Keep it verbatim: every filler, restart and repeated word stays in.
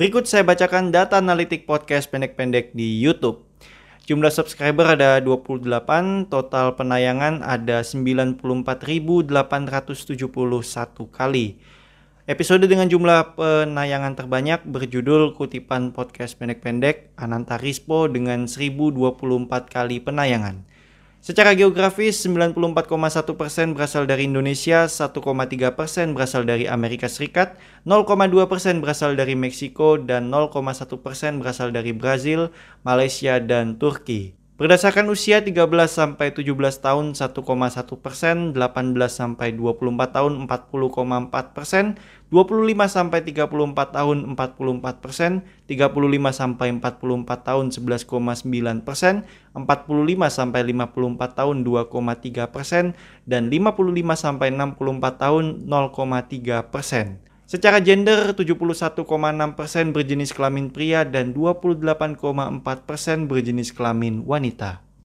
Berikut saya bacakan data analitik podcast pendek-pendek di YouTube. Jumlah subscriber ada dua puluh delapan, total penayangan ada sembilan puluh empat ribu delapan ratus tujuh puluh satu kali. Episode dengan jumlah penayangan terbanyak berjudul Kutipan Podcast Pendek-pendek Ananta Rispo dengan seribu dua puluh empat kali penayangan. Secara geografis, sembilan puluh empat koma satu persen berasal dari Indonesia, satu koma tiga persen berasal dari Amerika Serikat, nol koma dua persen berasal dari Meksiko, dan nol koma satu persen berasal dari Brazil, Malaysia, dan Turki. Berdasarkan usia tiga belas sampai tujuh belas tahun satu koma satu persen, delapan belas sampai dua puluh empat tahun empat puluh koma empat persen, dua puluh lima sampai tiga puluh empat tahun empat puluh empat persen, tiga puluh lima sampai empat puluh empat tahun sebelas koma sembilan persen, empat puluh lima sampai lima puluh empat tahun dua koma tiga persen, dan lima puluh lima sampai enam puluh empat tahun nol koma tiga persen. Secara gender, tujuh puluh satu koma enam persen berjenis kelamin pria dan dua puluh delapan koma empat persen berjenis kelamin wanita.